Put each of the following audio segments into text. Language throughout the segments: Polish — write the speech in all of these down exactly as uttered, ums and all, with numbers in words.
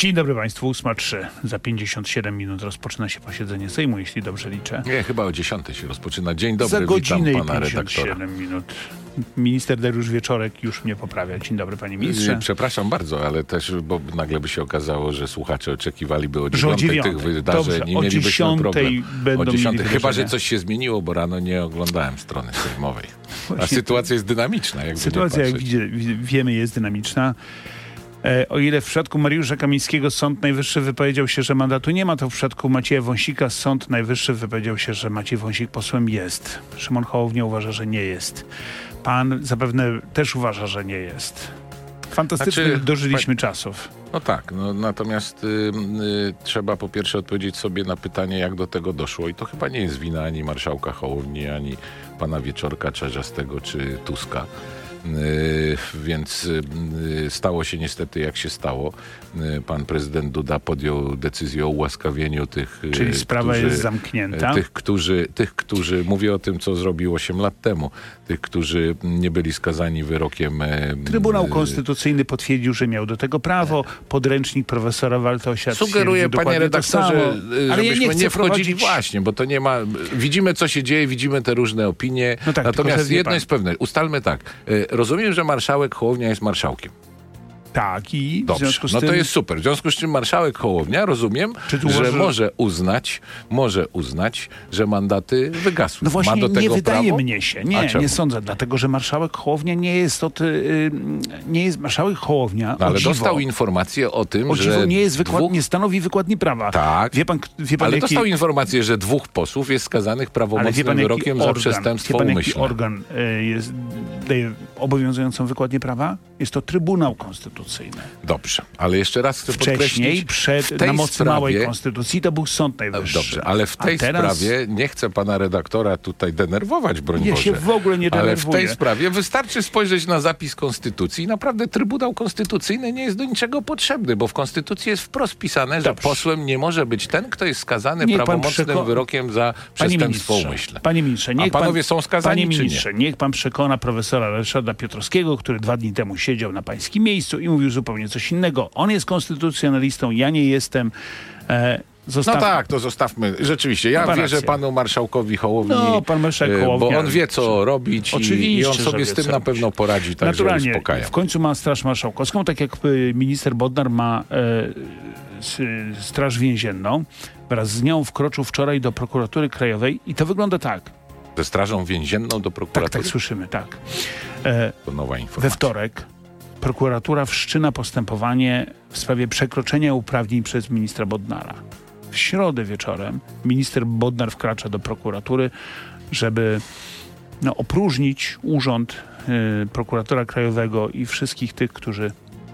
Dzień dobry Państwu, ósma trzy. Za pięćdziesiąt siedem minut rozpoczyna się posiedzenie Sejmu, jeśli dobrze liczę. Nie, chyba o dziesiątej się rozpoczyna. Dzień dobry, Za godzinę witam pana i pięćdziesiąt siedem redaktora. minut. Minister Dariusz Wieczorek już mnie poprawia. Dzień dobry, panie ministrze. Przepraszam bardzo, ale też, bo nagle by się okazało, że słuchacze oczekiwaliby o Że o dziewiątej tych dziewiątej. wydarzeń. Dobrze, Nie o mielibyśmy dziesiątej problem. będą O dziesiątej. mieli Chyba, że wydarzenia. coś się zmieniło, bo rano nie oglądałem strony sejmowej. A Właśnie sytuacja jest dynamiczna, jak Sytuacja, jak widzie, wiemy, jest dynamiczna. E, o ile w przypadku Mariusza Kamińskiego Sąd Najwyższy wypowiedział się, że mandatu nie ma, to w przypadku Macieja Wąsika Sąd Najwyższy wypowiedział się, że Maciej Wąsik posłem jest. Szymon Hołownia uważa, że nie jest. Pan zapewne też uważa, że nie jest. Fantastycznych Znaczy, dożyliśmy czasów. No tak, no, natomiast y, y, trzeba po pierwsze odpowiedzieć sobie na pytanie, jak do tego doszło. I to chyba nie jest wina ani marszałka Hołowni, ani pana Wieczorka, Czarzastego czy Tuska. Yy, więc yy, stało się niestety jak się stało. Yy, pan prezydent Duda podjął decyzję o ułaskawieniu tych, yy, Czyli sprawa którzy, jest zamknięta. Tych którzy, tych, którzy, mówię o tym, co zrobił osiem lat temu, tych, którzy nie byli skazani wyrokiem. Yy, Trybunał Konstytucyjny potwierdził, że miał do tego prawo. Podręcznik profesora Waltosia Sugeruję, panie redaktorze, Ale żebyśmy ja nie, nie, chcę wchodzili prowadzić... właśnie, bo to nie ma... Widzimy, co się dzieje, widzimy te różne opinie. No tak, Natomiast tylko, że wie jedno pan- jest pewne. Ustalmy tak. Yy, rozumiem, że marszałek Hołownia jest marszałkiem. Tak, i w Dobrze, związku z no tym... to jest super. W związku z czym marszałek Hołownia, rozumiem, Czy tu że uważa- może uznać, może uznać, że mandaty wygasły. No właśnie, Ma do tego nie wydaje prawo? mnie się. A Nie, czemu? nie sądzę, dlatego że marszałek Hołownia nie jest od... Yy, nie jest marszałek Hołownia, No, ale o dziwo, dostał informację o tym, o dziwo że nie, jest wykład, dwóch... nie stanowi wykładni prawa. Tak, Wie pan, wie pan ale jaki... dostał informację, że dwóch posłów jest skazanych Ale wie prawomocnym pan, jaki wyrokiem za organ, przestępstwo wie pan, jaki umyślne. organ y, jest, daje obowiązującą wykładnię prawa? Jest to Trybunał Konstytucyjny. Dobrze, ale jeszcze raz chcę Wcześniej, podkreślić, przed, w tej na mocy sprawie... małej konstytucji, to był Sąd Najwyższy. Dobrze, ale w tej A teraz... sprawie nie chcę pana redaktora tutaj denerwować, broń Ja Boże. się w ogóle nie Ale w tej denerwuję. sprawie wystarczy spojrzeć na zapis Konstytucji i naprawdę Trybunał Konstytucyjny nie jest do niczego potrzebny, bo w Konstytucji jest wprost pisane, że Dobrze. posłem nie może być ten, kto jest skazany Niech pan prawomocnym przeko- wyrokiem za Panie przestępstwo ministrze, umyślne. Panie ministrze, niech A panowie pan, są skazani, panie czy nie? ministrze, niech pan przekona profesora Ryszarda Piotrowskiego, który dwa dni temu siedział na pańskim miejscu i mówił zupełnie coś innego. On jest konstytucjonalistą, ja nie jestem. E, No zostaw... tak, to zostawmy. Rzeczywiście, ja Ma pan wierzę rację. panu marszałkowi Hołowni, No, pan marszałek e, Hołownia- bo on wie, co robić i, Oczywiście, i on że sobie wie, z co tym na robić. pewno poradzi, tak, że Naturalnie, uspokaja. w końcu ma Straż Marszałkowską, tak jak y, minister Bodnar ma e, s, Straż Więzienną. Wraz z nią wkroczył wczoraj do prokuratury krajowej i to wygląda tak. Ze strażą więzienną do Tak, prokuratury? tak, słyszymy, tak. E, To nowa we informacja. wtorek prokuratura wszczyna postępowanie w sprawie przekroczenia uprawnień przez ministra Bodnara. W środę wieczorem minister Bodnar wkracza do prokuratury, żeby no, opróżnić urząd y, prokuratora krajowego i wszystkich tych, którzy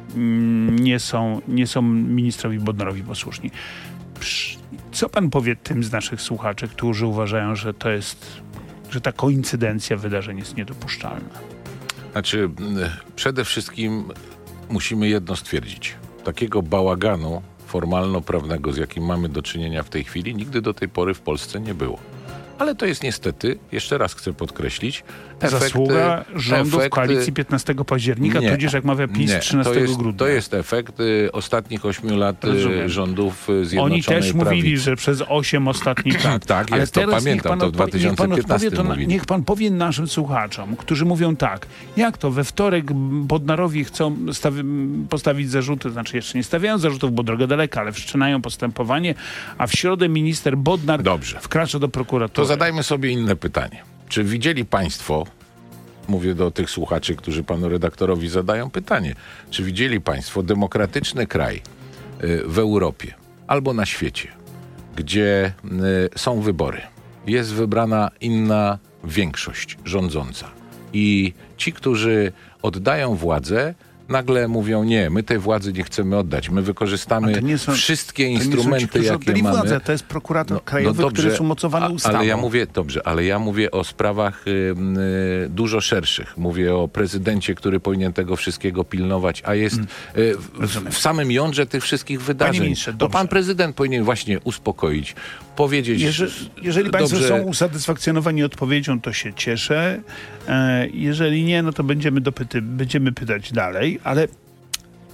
mm, nie są, nie są ministrowi Bodnarowi posłuszni. Psz, Co pan powie tym z naszych słuchaczy, którzy uważają, że to jest, że ta koincydencja wydarzeń jest niedopuszczalna? Znaczy, m, przede wszystkim musimy jedno stwierdzić. Takiego bałaganu formalno-prawnego, z jakim mamy do czynienia w tej chwili, nigdy do tej pory w Polsce nie było. Ale to jest niestety, jeszcze raz chcę podkreślić, efekt, Zasługa rządów efekt, koalicji piętnastego października, nie, tudzież jak mawia PiS nie, trzynastego to jest, grudnia. To jest efekt y, ostatnich ośmiu lat y, Rozumiem. rządów y, Zjednoczonej Oni też Prawicy. mówili, że przez osiem ostatnich lat. Tak, Ale jest, to teraz niech pamiętam, pan, to w odpowie- niech pan dwa tysiące odpowie piętnastym to na, mówili. niech pan powie naszym słuchaczom, którzy mówią tak, jak to we wtorek Bodnarowi chcą stawi- postawić zarzuty, znaczy jeszcze nie stawiają zarzutów, bo droga daleka, ale wszczynają postępowanie, a w środę minister Bodnar Dobrze. wkracza do prokuratury. To zadajmy sobie inne pytanie. Czy widzieli państwo, mówię do tych słuchaczy, którzy panu redaktorowi zadają pytanie, czy widzieli państwo demokratyczny kraj y, w Europie albo na świecie, gdzie y, są wybory, jest wybrana inna większość rządząca i ci, którzy oddają władzę, nagle mówią, nie, my tej władzy nie chcemy oddać. My wykorzystamy A to nie są- wszystkie To nie są ci, instrumenty, którzy jakie oddali mamy. władzę, to jest prokurator No- krajowy, no dobrze, który jest umocowany a- ustawą. Ale ja mówię, dobrze, ale ja mówię o sprawach y, y, dużo szerszych. Mówię o prezydencie, który powinien tego wszystkiego pilnować, a jest y, w, Rozumiem. w samym jądrze tych wszystkich wydarzeń. ministrze, Bo dobrze. pan prezydent powinien właśnie uspokoić, powiedzieć... Jeżeli, jeżeli państwo dobrze, są usatysfakcjonowani odpowiedzią, to się cieszę. E, jeżeli nie, no to będziemy, dopyty, będziemy pytać dalej, ale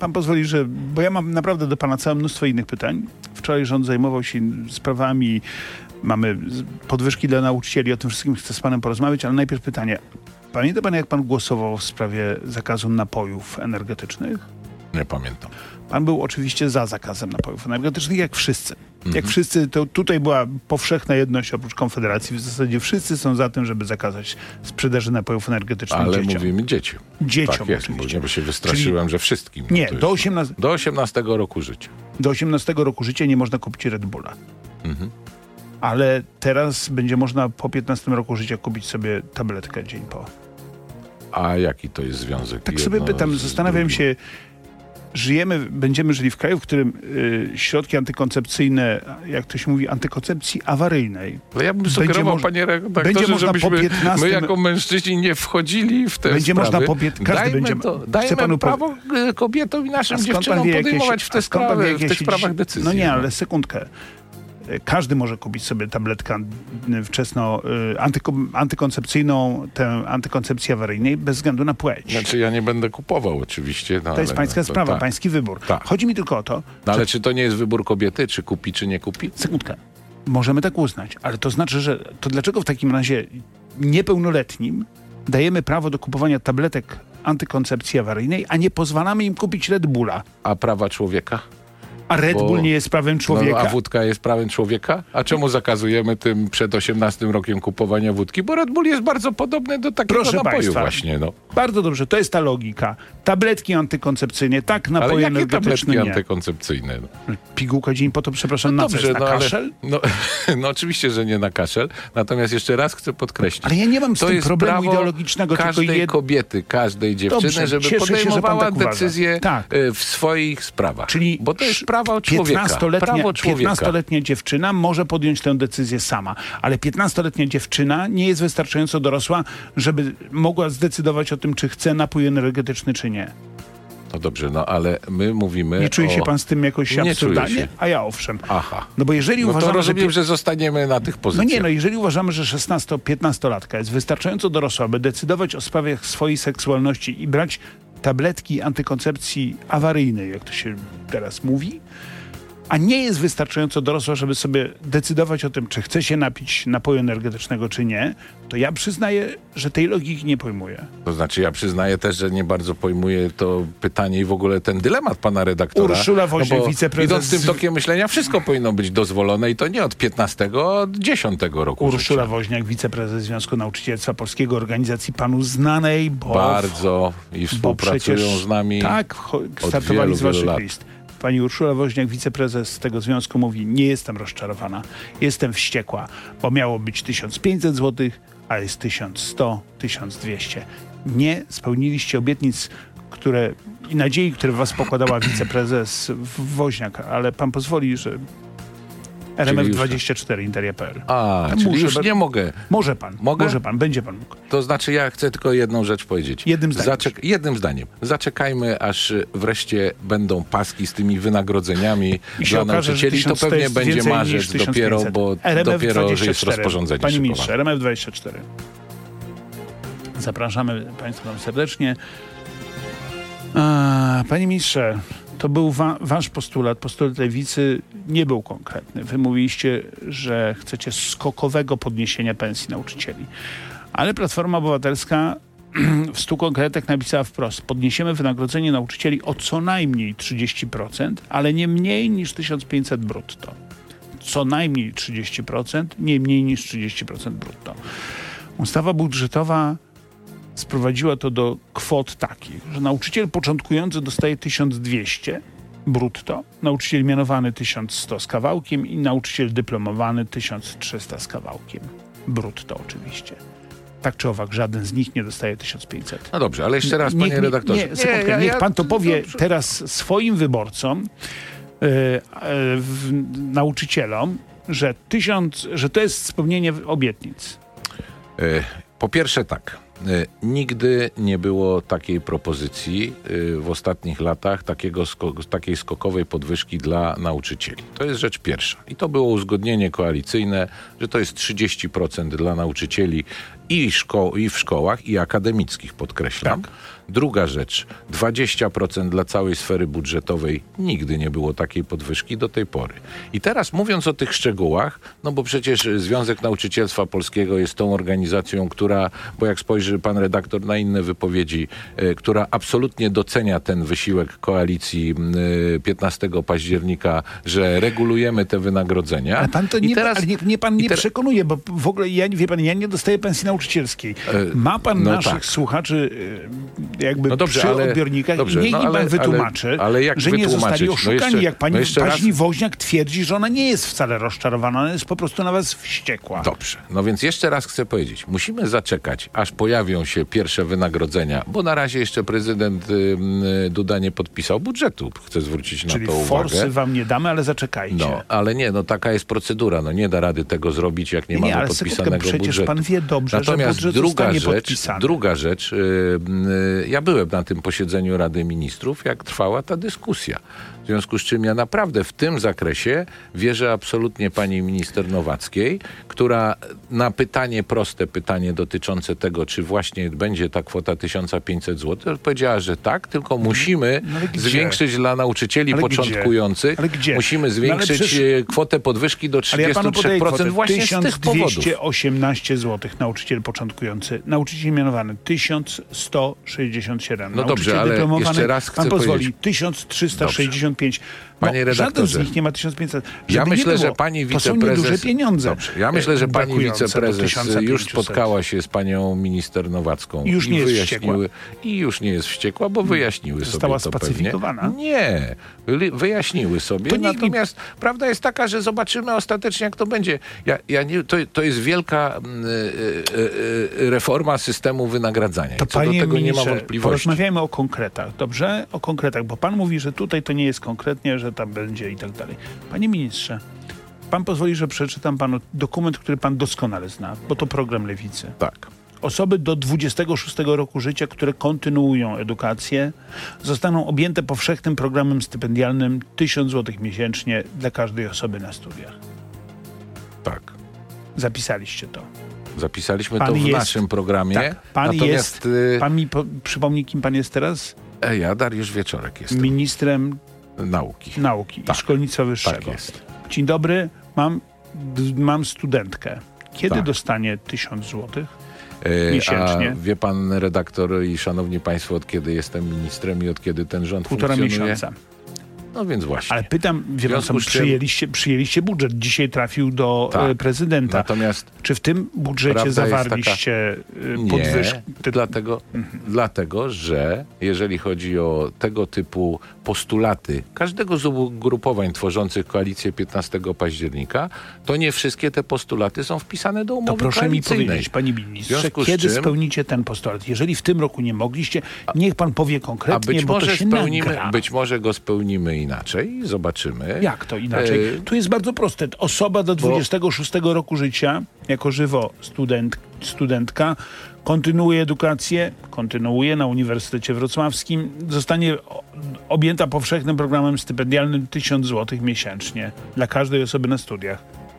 pan pozwoli, że... Bo ja mam naprawdę do pana całe mnóstwo innych pytań. Wczoraj rząd zajmował się sprawami, mamy podwyżki dla nauczycieli, o tym wszystkim chcę z panem porozmawiać, ale najpierw pytanie. Pamięta pan, jak pan głosował w sprawie zakazu napojów energetycznych? Nie pamiętam. Pan był oczywiście za zakazem napojów energetycznych, jak wszyscy. Mhm. Jak wszyscy, to tutaj była powszechna jedność oprócz Konfederacji. W zasadzie wszyscy są za tym, żeby zakazać sprzedaży napojów energetycznych Ale dzieciom. mówimy dzieciom. Dzieciom Tak jest, oczywiście. bo się wystraszyłem, Czyli... że wszystkim. Nie, do, do, osiemnastu... do osiemnastego roku życia. Do osiemnastego roku życia nie można kupić Red Bulla. Mhm. Ale teraz będzie można po piętnastym roku życia kupić sobie tabletkę dzień po. A jaki to jest związek? Tak sobie pytam, zastanawiam się, żyjemy, będziemy żyli w kraju, w którym y, środki antykoncepcyjne, jak to się mówi, antykoncepcji awaryjnej. Ale ja bym sugerował, panie redaktorze, żebyśmy piętnastym... my jako mężczyźni nie wchodzili w te będzie sprawy. Można po piętnastym... Każdy dajmy będzie... to, dajmy panu prawo powie... kobietom i naszym dziewczynom podejmować jakieś... w te sprawy, w tych sprawach decyzje. No nie, ale sekundkę. Każdy może kupić sobie tabletkę wczesno y, antyko, antykoncepcyjną, tę antykoncepcji awaryjnej bez względu na płeć. Znaczy ja nie będę kupował oczywiście. No, to jest ale, pańska no, to, sprawa, tak. pański wybór. Tak. Chodzi mi tylko o to... No, ale czy... czy to nie jest wybór kobiety, czy kupi, czy nie kupi? Sekundkę. Możemy tak uznać, ale to znaczy, że to dlaczego w takim razie niepełnoletnim dajemy prawo do kupowania tabletek antykoncepcji awaryjnej, a nie pozwalamy im kupić Red Bulla? A prawa człowieka? A Red Bo, Bull nie jest prawem człowieka? No, a wódka jest prawem człowieka? A czemu zakazujemy tym przed osiemnastym rokiem kupowania wódki? Bo Red Bull jest bardzo podobny do takiego Proszę napoju państwa, właśnie. No. Bardzo dobrze, to jest ta logika. Tabletki antykoncepcyjne, tak, napoje ale jakie energetyczne tabletki nie. antykoncepcyjne? No. Pigułka dzień po to, przepraszam, no na dobrze, co jest? Na no, kaszel? Ale, no, no oczywiście, że nie na kaszel. Natomiast jeszcze raz chcę podkreślić. Ale ja nie mam z to tym jest problemu prawo ideologicznego. każdej tylko jed... kobiety, każdej dziewczyny, Dobrze, żeby cieszę podejmowała się, że pan tak decyzję tak. w swoich sprawach. Czyli bo to jest prawo człowieka. piętnastoletnia, człowieka. piętnastoletnia dziewczyna może podjąć tę decyzję sama, ale piętnastoletnia dziewczyna nie jest wystarczająco dorosła, żeby mogła zdecydować o tym, czy chce napój energetyczny, czy nie. No dobrze, no ale my mówimy Nie czuje o... się pan z tym jakoś nie absurdalnie? A ja owszem. Aha. No bo jeżeli no uważamy, to rozumiem, że... że zostaniemy na tych pozycjach. No nie, no jeżeli uważamy, że szesnasto-piętnastolatka jest wystarczająco dorosła, by decydować o sprawach swojej seksualności i brać tabletki antykoncepcji awaryjnej, jak to się teraz mówi, a nie jest wystarczająco dorosła, żeby sobie decydować o tym, czy chce się napić napoju energetycznego, czy nie, to ja przyznaję, że tej logiki nie pojmuję. To znaczy ja przyznaję też, że nie bardzo pojmuję to pytanie i w ogóle ten dylemat pana redaktora. Urszula Woźniak, no wiceprezes... Idąc tym tokiem myślenia, wszystko powinno być dozwolone i to nie od piętnastego, od dziesiątego roku Urszula życia. Woźniak, wiceprezes Związku Nauczycielstwa Polskiego, organizacji panu znanej, bo... Bardzo i współpracują przecież, z nami tak, startowali wielu, z waszych lat. list. Pani Urszula Woźniak, wiceprezes tego związku, mówi: nie jestem rozczarowana, jestem wściekła, bo miało być tysiąc pięćset złotych, a jest tysiąc sto, tysiąc dwieście. Nie spełniliście obietnic, które i nadziei, które w was pokładała wiceprezes Woźniak, ale pan pozwoli, że R M F dwadzieścia cztery Interia kropka P L. A, czyli Muszę, już be... nie mogę. Może pan, Mogę? może pan, będzie pan mógł. To znaczy ja chcę tylko jedną rzecz powiedzieć. Jednym zdaniem. Zaczek- jednym zdaniem. Zaczekajmy, aż wreszcie będą paski z tymi wynagrodzeniami I się dla okaże, nauczycieli. To pewnie będzie marzec dopiero, bo R M F dopiero dwadzieścia jest cztery. rozporządzenie Panie szykowane. ministrze, R M F dwadzieścia cztery. Zapraszamy państwa tam serdecznie. A, panie ministrze, to był wa- wasz postulat, postulat Lewicy nie był konkretny. Wy mówiliście, że chcecie skokowego podniesienia pensji nauczycieli. Ale Platforma Obywatelska w stu konkretach napisała wprost: podniesiemy wynagrodzenie nauczycieli o co najmniej trzydzieści procent, ale nie mniej niż tysiąc pięćset brutto. Co najmniej trzydzieści procent, nie mniej niż trzydzieści procent brutto. Ustawa budżetowa sprowadziła to do kwot takich, że nauczyciel początkujący dostaje tysiąc dwieście brutto, nauczyciel mianowany tysiąc sto z kawałkiem i nauczyciel dyplomowany tysiąc trzysta z kawałkiem. Brutto oczywiście. Tak czy owak, żaden z nich nie dostaje tysiąc pięćset. No dobrze, ale jeszcze raz, niech, panie redaktorze. Nie, nie, sekundkę, ja, niech ja, pan to powie dobrze. teraz swoim wyborcom, yy, yy, nauczycielom, że tysiąc, że to jest spełnienie obietnic. Po pierwsze tak, Nigdy nie było takiej propozycji w ostatnich latach, takiego sko- takiej skokowej podwyżki dla nauczycieli. To jest rzecz pierwsza. I to było uzgodnienie koalicyjne, że to jest trzydzieści procent dla nauczycieli i, szko- i w szkołach, i akademickich, podkreślam. Tak. Druga rzecz, dwadzieścia procent dla całej sfery budżetowej. Nigdy nie było takiej podwyżki do tej pory. I teraz mówiąc o tych szczegółach, no bo przecież Związek Nauczycielstwa Polskiego jest tą organizacją, która, bo jak spojrzy pan redaktor na inne wypowiedzi, e, która absolutnie docenia ten wysiłek koalicji e, piętnastego października, że regulujemy te wynagrodzenia. Ale pan to nie, teraz, ale nie, nie, pan nie te... przekonuje, bo w ogóle, ja, wie pan, ja nie dostaję pensji nauczycielskiej. Ma pan no naszych tak. słuchaczy jakby no dobrze, przy ale, odbiornikach dobrze, i niech no mi pan ale, wytłumaczy, ale, ale jak że nie zostali oszukani. No jeszcze, jak pani, no jeszcze pani raz... Woźniak twierdzi, że ona nie jest wcale rozczarowana, ona jest po prostu na was wściekła. Dobrze. No więc jeszcze raz chcę powiedzieć, musimy zaczekać, aż pojawią się pierwsze wynagrodzenia, bo na razie jeszcze prezydent y, Duda nie podpisał budżetu. Chcę zwrócić Czyli na to uwagę. forsy wam nie damy, ale zaczekajcie. No, ale nie, no taka jest procedura. No nie da rady tego zrobić, jak nie, nie mamy ale podpisanego sekundkę, przecież budżetu. pan wie dobrze, Natomiast że budżet druga zostanie rzecz, podpisany. druga rzecz, yy, yy, ja byłem na tym posiedzeniu Rady Ministrów, jak trwała ta dyskusja. W związku z czym ja naprawdę w tym zakresie wierzę absolutnie pani minister Nowackiej, która na pytanie, proste pytanie dotyczące tego, czy właśnie będzie ta kwota tysiąc pięćset złotych, powiedziała, że tak, tylko musimy no zwiększyć dla nauczycieli ale początkujących, ale gdzie? musimy zwiększyć no przecież... kwotę podwyżki do trzydzieści trzy procent ja właśnie z tych powodów. tysiąc dwieście osiemnaście złotych nauczyciel początkujący, nauczyciel mianowany tysiąc sto sześćdziesiąt siedem. No dobrze, ale jeszcze raz chcę pan pozwoli, powiedzieć... tysiąc trzysta sześćdziesiąt pięć. No, Panie redaktorze, żaden z nich nie ma tysiąc pięćset. Ja myślę, było, że pani wiceprezes... To są nieduże pieniądze. Dobrze, ja myślę, że pani wiceprezes już spotkała się z panią minister Nowacką. I już nie i jest wściekła. I już nie jest wściekła, bo wyjaśniły Została sobie to spacyfikowana? Pewnie. Nie, wyjaśniły sobie. To Natomiast nie... prawda jest taka, że zobaczymy ostatecznie, jak to będzie. Ja, ja nie, to, to jest wielka y, y, y, reforma systemu wynagradzania. To I co panie do tego ministrze, nie ma wątpliwości. Porozmawiajmy o konkretach, dobrze? O konkretach, bo pan mówi, że tutaj to nie jest konkretnie, że tam będzie i tak dalej. Panie ministrze, pan pozwoli, że przeczytam panu dokument, który pan doskonale zna, bo to program Lewicy. Tak. Osoby do dwudziestego szóstego roku życia, które kontynuują edukację, zostaną objęte powszechnym programem stypendialnym tysiąc złotych miesięcznie dla każdej osoby na studiach. Tak. Zapisaliście to. Zapisaliśmy pan to w jest, naszym programie. Tak, pan Natomiast, jest, pan mi po, przypomni, kim pan jest teraz? Ja, Dariusz Wieczorek jestem. Ministrem nauki, nauki tak. i szkolnictwa wyższego. Tak jest. Dzień dobry, mam, mam studentkę. Kiedy tak. dostanie tysiąc złotych? Miesięcznie. A wie pan redaktor i szanowni państwo, od kiedy jestem ministrem i od kiedy ten rząd Półtora funkcjonuje? miesiąca. No więc właśnie. Ale pytam, wie pan, co, przyjęliście, przyjęliście budżet. Dzisiaj trafił do tak. prezydenta. Natomiast czy w tym budżecie zawarliście taka... podwyżki? Nie, dlatego, mhm. dlatego, że jeżeli chodzi o tego typu postulaty każdego z ugrupowań tworzących koalicję piętnastego października, to nie wszystkie te postulaty są wpisane do umowy To proszę koalicyjnej. mi powiedzieć, panie ministrze, kiedy czym, spełnicie ten postulat? Jeżeli w tym roku nie mogliście, niech pan powie konkretnie, a być bo może to się spełnimy, nagra. Być może go spełnimy inaczej, zobaczymy. Jak to inaczej? E... Tu jest bardzo proste. Osoba do dwudziestego szóstego bo... roku życia, jako żywo student, studentka, kontynuuje edukację, kontynuuje na Uniwersytecie Wrocławskim, zostanie objęta powszechnym programem stypendialnym tysiąc złotych miesięcznie dla każdej osoby na studiach.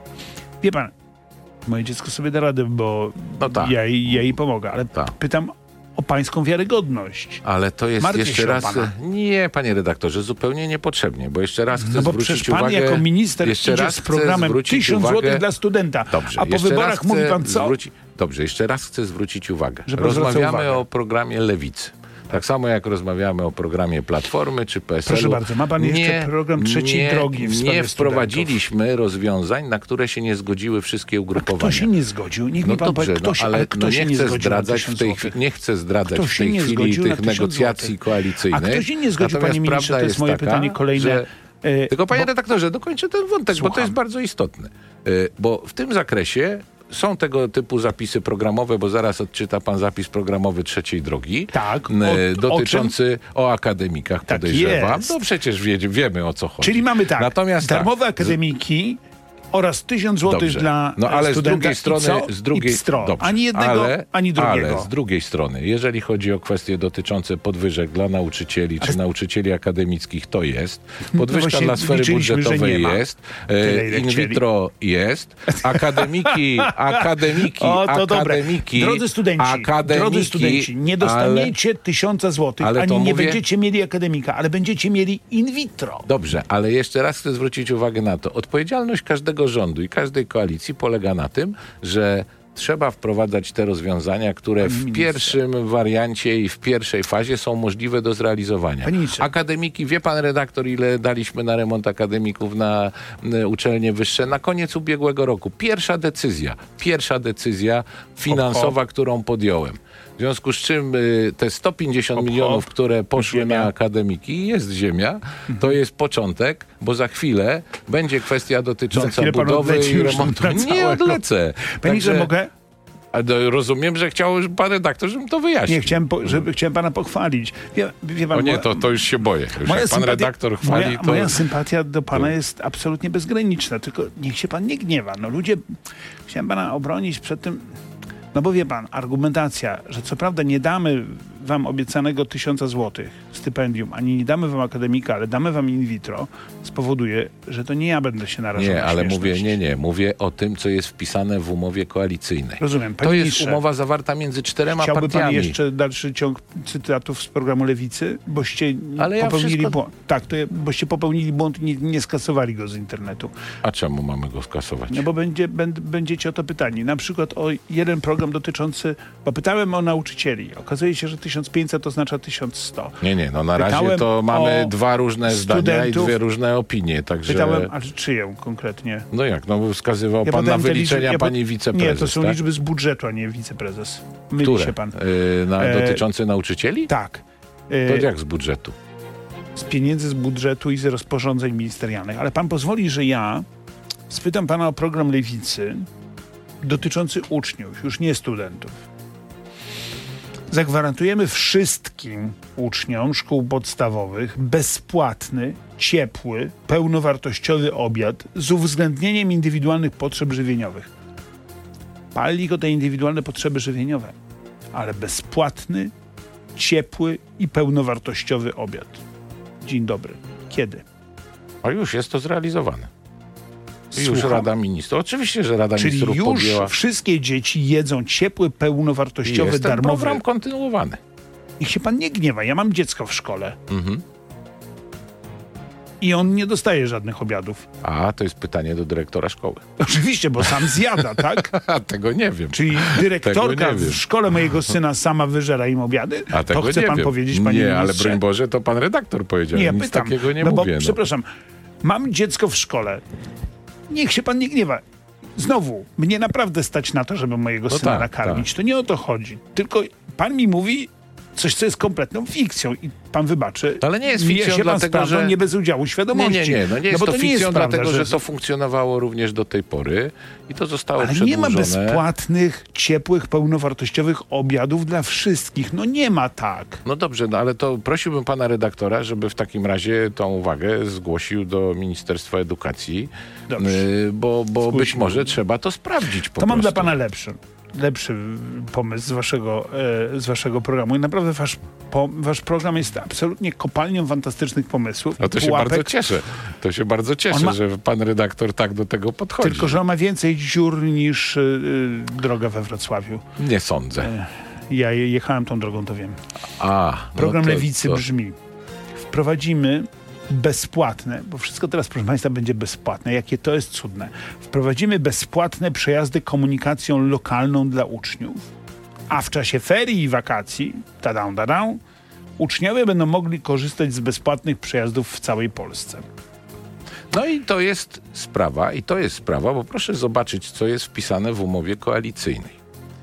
Wie pan, moje dziecko sobie da radę, bo no tak. ja, jej, ja jej pomogę, ale tak. pytam o pańską wiarygodność. Ale to jest Martwię jeszcze raz... Pana. Nie, panie redaktorze, zupełnie niepotrzebnie, bo jeszcze raz chcę no bo zwrócić pan uwagę... jako minister jeszcze idzie raz z programem tysiąc złotych dla studenta, Dobrze, a po wyborach mówi pan co? Zwróci... Dobrze, jeszcze raz chcę zwrócić uwagę. Że rozmawiamy o programie Lewicy. Tak samo jak rozmawiamy o programie Platformy czy P S L-u. Proszę bardzo, ma pan jeszcze nie, program trzeciej nie, drogi w Nie wprowadziliśmy studentów. rozwiązań, na które się nie zgodziły wszystkie ugrupowania. A kto się nie zgodził? Niech no mi pan dobrze, powie, kto no, się, ale kto no się nie, nie chcę zgodził zdradzać w tej chwili, nie chcę zdradzać kto w tej chwili tych negocjacji złotych? koalicyjnych. A kto się nie zgodził, panie ministrze? To jest moje taka, pytanie kolejne. Że... Tylko panie bo... redaktorze, dokończę ten wątek, Słucham. bo to jest bardzo istotne. Bo w tym zakresie są tego typu zapisy programowe, bo zaraz odczyta pan zapis programowy trzeciej drogi. Tak. O, dotyczący o, o akademikach, tak podejrzewam. Jest. No przecież wie, wiemy, o co chodzi. Czyli mamy tak, Natomiast darmowe tak, akademiki oraz tysiąc złotych Dobrze. dla no, ale studenta. z drugiej strony, I co? z drugiej, I pstro. dobrze, Ani jednego, ale, ani drugiego. Ale z drugiej strony, jeżeli chodzi o kwestie dotyczące podwyżek dla nauczycieli, czy ale... nauczycieli akademickich, to jest. Podwyżka no dla sfery budżetowej jest. Tyle, In vitro jest. Akademiki, akademiki, o, to akademiki. Dobre. Drodzy studenci, akademiki, drodzy studenci, nie dostaniecie ale, tysiąca złotych, ale ani nie mówię... będziecie mieli akademika, ale będziecie mieli in vitro. Dobrze, ale jeszcze raz chcę zwrócić uwagę na to. Odpowiedzialność każdego rządu i każdej koalicji polega na tym, że trzeba wprowadzać te rozwiązania, które w pierwszym wariancie i w pierwszej fazie są możliwe do zrealizowania. Akademiki, wie pan redaktor, ile daliśmy na remont akademików na y, uczelnie wyższe na koniec ubiegłego roku. Pierwsza decyzja, pierwsza decyzja finansowa, hop, hop. którą podjąłem. W związku z czym y, te sto pięćdziesiąt hop, milionów, hop. które poszły ziemia. na akademiki, jest ziemia, mhm. to jest początek, bo za chwilę będzie kwestia dotycząca budowy i remontu. Nie odlecę. Panie, że mogę? Rozumiem, że chciał pan redaktor, żebym to wyjaśnił. Nie, chciałem, po, żeby, chciałem pana pochwalić. Wie, wie pan, o nie, to, to już się boję. Już jak pan sympatia, redaktor chwali, moja, to... Moja sympatia do pana jest absolutnie bezgraniczna, tylko niech się pan nie gniewa. No ludzie, chciałem pana obronić przed tym, no bo wie pan, argumentacja, że co prawda nie damy wam obiecanego tysiąca złotych stypendium, ani nie damy wam akademika, ale damy wam in vitro, spowoduje, że to nie ja będę się narażał Nie, na ale śmieszność. mówię, nie, nie, mówię o tym, co jest wpisane w umowie koalicyjnej. Rozumiem. To jest ministrze, umowa zawarta między czterema chciałby partiami. Chciałby pan jeszcze dalszy ciąg cytatów z programu Lewicy? Boście ale popełnili ja wszystko... błąd. Tak, to boście popełnili błąd i nie, nie skasowali go z internetu. A czemu mamy go skasować? No bo będzie, będ, będziecie o to pytani. Na przykład o jeden program dotyczący, bo pytałem o nauczycieli. Okazuje się, że tysiąc pięćset to oznacza tysiąc sto. Nie, nie, no na pytałem razie to mamy dwa różne zdania i dwie różne opinie, także... Pytałem, ale czyję konkretnie? No jak, no wskazywał ja pan na wyliczenia liczby, ja pani wiceprezes, Nie, to są tak? liczby z budżetu, a nie wiceprezes. Myli Które? się pan. Yy, na, e... Dotyczące nauczycieli? Tak. E... To jak z budżetu? Z pieniędzy z budżetu i z rozporządzeń ministerialnych. Ale pan pozwoli, że ja spytam pana o program Lewicy dotyczący uczniów, już nie studentów. Zagwarantujemy wszystkim uczniom szkół podstawowych bezpłatny, ciepły, pełnowartościowy obiad z uwzględnieniem indywidualnych potrzeb żywieniowych. Pali tylko te indywidualne potrzeby żywieniowe, ale bezpłatny, ciepły i pełnowartościowy obiad. Dzień dobry. Kiedy? A już jest to zrealizowane. Już Słucham. Rada Ministrów. Oczywiście, że Rada Czyli Ministrów już podjęła... wszystkie dzieci jedzą ciepły, pełnowartościowy, jest darmowy... Jest program kontynuowany. Niech się pan nie gniewa. Ja mam dziecko w szkole. Mhm. I on nie dostaje żadnych obiadów. A, to jest pytanie do dyrektora szkoły. Oczywiście, bo sam zjada, tak? A tego nie wiem. Czyli dyrektorka w szkole mojego syna sama wyżera im obiady? A tego to chce nie pan wiem. powiedzieć, panie Nie, ministrze? ale broń Boże, to pan redaktor powiedział. Nie, ja Nic pytam, takiego nie no mówię. Bo, no. Przepraszam, mam dziecko w szkole. Niech się pan nie gniewa. Znowu, mnie naprawdę stać na to, żeby mojego no syna tak, nakarmić. tak. To nie o to chodzi. Tylko pan mi mówi coś, co jest kompletną fikcją i pan wybaczy. Ale nie jest fikcją, się pan dlatego sprawdzą, że... nie bez udziału świadomości. Nie, nie, nie. No nie jest no bo to, to fikcją, nie jest prawda, dlatego że... że to funkcjonowało również do tej pory i to zostało ale przedłużone. nie ma bezpłatnych, ciepłych, pełnowartościowych obiadów dla wszystkich. No nie ma tak. No dobrze, no ale to prosiłbym pana redaktora, żeby w takim razie tą uwagę zgłosił do Ministerstwa Edukacji, Dobrze. Yy, bo, bo być może trzeba to sprawdzić po To prostu. mam dla pana lepszy. lepszy pomysł z waszego, e, z waszego programu. I naprawdę wasz, po, wasz program jest absolutnie kopalnią fantastycznych pomysłów. No to się pułapek. bardzo cieszę. To się bardzo cieszę, ma... że pan redaktor tak do tego podchodzi. Tylko, że on ma więcej dziur niż y, droga we Wrocławiu. Nie sądzę. E, ja je, jechałem tą drogą, to wiem. A, program no to, Lewicy to... brzmi: wprowadzimy bezpłatne, bo wszystko teraz, proszę państwa, będzie bezpłatne. Jakie to jest cudne. Wprowadzimy bezpłatne przejazdy komunikacją lokalną dla uczniów, a w czasie ferii i wakacji, tadam, tadam, uczniowie będą mogli korzystać z bezpłatnych przejazdów w całej Polsce. No i to jest sprawa, i to jest sprawa, bo proszę zobaczyć, co jest wpisane w umowie koalicyjnej.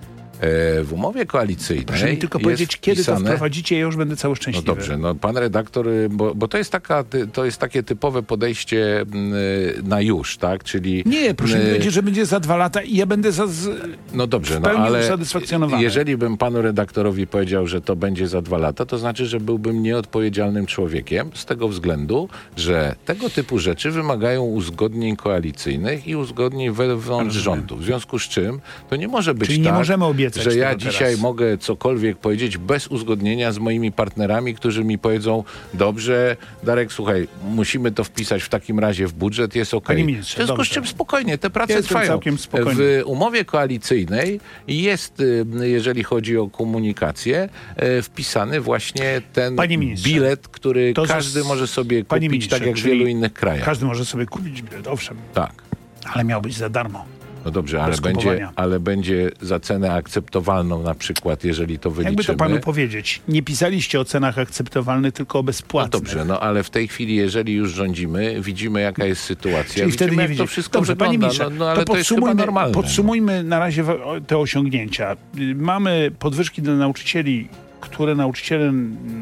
W umowie koalicyjnej Proszę mi tylko powiedzieć, kiedy wpisane... to wprowadzicie, ja już będę cały szczęśliwy. No dobrze, no pan redaktor, bo, bo to jest taka, to jest takie typowe podejście na już, tak? Czyli... Nie, proszę mi powiedzieć, że będzie za dwa lata i ja będę za, z... no dobrze, w pełni no ale usatysfakcjonowany. Jeżeli bym panu redaktorowi powiedział, że to będzie za dwa lata, to znaczy, że byłbym nieodpowiedzialnym człowiekiem z tego względu, że tego typu rzeczy wymagają uzgodnień koalicyjnych i uzgodnień wewnątrz rządu. W związku z czym to nie może być Czyli tak, nie możemy obiecać że ja tego dzisiaj teraz. mogę cokolwiek powiedzieć bez uzgodnienia z moimi partnerami, którzy mi powiedzą, dobrze, Darek, słuchaj, musimy to wpisać w takim razie w budżet, jest okej. Panie ministrze, W związku dobrze. z czym spokojnie, te prace Jestem trwają. całkiem spokojny. W umowie koalicyjnej jest, jeżeli chodzi o komunikację, wpisany właśnie ten bilet, który to każdy z... może sobie Panie kupić, ministrze, tak jak w czyli wielu innych krajach. Każdy może sobie kupić bilet, owszem. Tak. Ale miał być za darmo. No dobrze, ale będzie, ale będzie za cenę akceptowalną na przykład, jeżeli to wyliczymy. Jakby to panu powiedzieć, nie pisaliście o cenach akceptowalnych, tylko o bezpłatnych. No dobrze, no ale w tej chwili, jeżeli już rządzimy, widzimy jaka jest sytuacja, Czyli widzimy wtedy nie jak widzi. to wszystko Dobrze, wygląda, panie ministrze, no, no ale to, to jest chyba normalne. Podsumujmy na razie te osiągnięcia. Mamy podwyżki dla nauczycieli, które nauczyciele,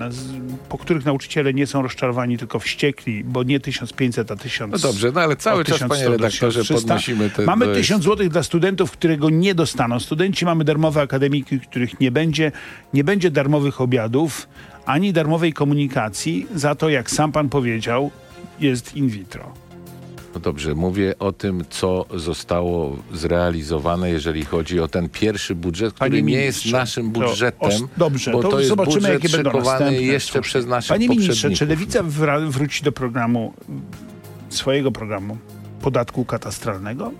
po których nauczyciele nie są rozczarowani, tylko wściekli, bo nie tysiąc pięćset, a tysiąc. No dobrze, no ale cały czas, panie redaktorze, podnosimy te... Mamy tysiąc złotych dla studentów, którego nie dostaną studenci. Mamy darmowe akademiki, których nie będzie. Nie będzie darmowych obiadów, ani darmowej komunikacji. Za to, jak sam pan powiedział, jest in vitro. No dobrze, mówię o tym, co zostało zrealizowane, jeżeli chodzi o ten pierwszy budżet, który Panie nie ministrze, jest naszym budżetem, to, o, dobrze, bo to, to jest zobaczymy, budżet jakie będą szykowany następne. jeszcze Słusznie. przez naszych Panie poprzedników. ministrze, czy Lewica wra- wróci do programu, swojego programu podatku katastralnego?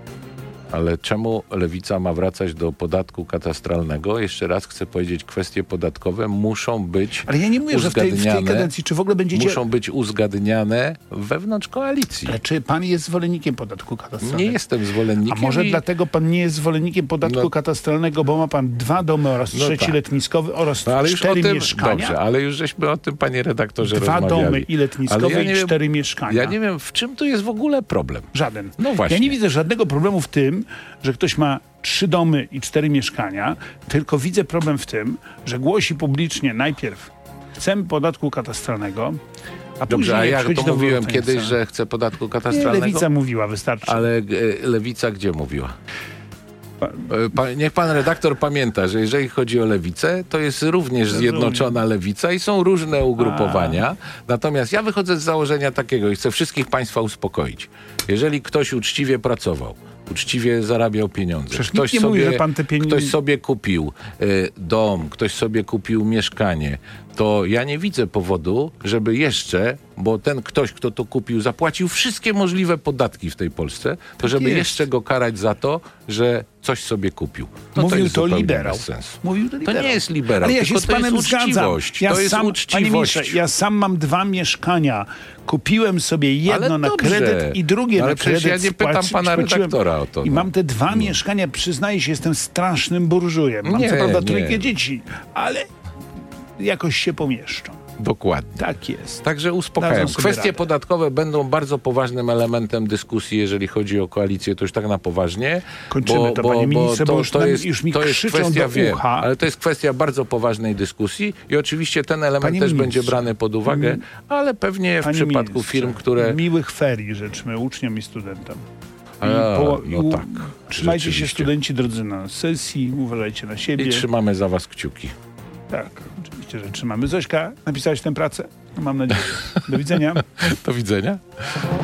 Ale czemu Lewica ma wracać do podatku katastralnego? Jeszcze raz chcę powiedzieć, kwestie podatkowe muszą być Ale ja nie mówię, że w tej, w tej kadencji, czy w ogóle będziecie... Muszą być uzgadniane wewnątrz koalicji. Ale czy pan jest zwolennikiem podatku katastralnego? Nie jestem zwolennikiem. A może i... dlatego pan nie jest zwolennikiem podatku no, katastralnego, bo ma pan dwa domy oraz no trzeci tak. letniskowy oraz no, ale cztery tym, mieszkania? Dobrze, ale już żeśmy o tym, panie redaktorze, Dwa rozmawiali. domy i letniskowe ja i wiem, cztery mieszkania. Ja nie wiem, w czym tu jest w ogóle problem. Żaden. No właśnie. Ja nie widzę żadnego problemu w tym, że ktoś ma trzy domy i cztery mieszkania, tylko widzę problem w tym, że głosi publicznie najpierw chcemy podatku katastralnego, a Dobrze, później a jak ja przychodzi to do mówiłem wyłączenia kiedyś, cen. że chcę podatku Nie, katastralnego? Lewica mówiła, wystarczy. Ale e, Lewica gdzie mówiła? Pa, niech pan redaktor pamięta, że jeżeli chodzi o lewicę, to jest również zjednoczona lewica i są różne ugrupowania. A. Natomiast ja wychodzę z założenia takiego i chcę wszystkich państwa uspokoić. Jeżeli ktoś uczciwie pracował, uczciwie zarabiał pieniądze, ktoś nie sobie, mówi, że pan te pieniądze... ktoś sobie kupił y, dom, ktoś sobie kupił mieszkanie, to ja nie widzę powodu, żeby jeszcze, bo ten ktoś, kto to kupił, zapłacił wszystkie możliwe podatki w tej Polsce, to tak żeby jest. jeszcze go karać za to, że coś sobie kupił. No Mówił to, jest to zupełnie liberał. Bez sensu. Mówił to, liberał. To nie jest liberał, ale ja tylko się z to panem jest uczciwość. zgadzam. Ja to jest sam, uczciwość. Panie ministrze, ja sam mam dwa mieszkania. Kupiłem sobie jedno ale na dobrze. kredyt i drugie ale na kredyt. Ja nie pytam spłaci, pana spłaciłem. redaktora o to. I no. mam te dwa no. mieszkania. Przyznaję się, jestem strasznym burżujem. Mam nie, co prawda nie. trójkę dzieci, ale jakoś się pomieszczą. Dokładnie. Tak jest. Także uspokajam. Kwestie radę. podatkowe będą bardzo poważnym elementem dyskusji, jeżeli chodzi o koalicję, to już tak na poważnie. Kończymy bo, to, bo, panie bo ministrze, to, bo już, to jest, już mi to jest krzyczą kwestia, do wiem, ucha. ale to jest kwestia bardzo poważnej dyskusji i oczywiście ten element panie też ministrze, będzie brany pod uwagę, ale pewnie w panie przypadku ministrze, firm, które... miłych ferii życzmy uczniom i studentom. I A, po, no i, tak. Trzymajcie się rzeczywiście. studenci drodzy na sesji, uważajcie na siebie. I trzymamy za was kciuki. Tak, oczywiście, że trzymamy. Zośka, napisałaś tę pracę? No, mam nadzieję. Do widzenia. Do widzenia.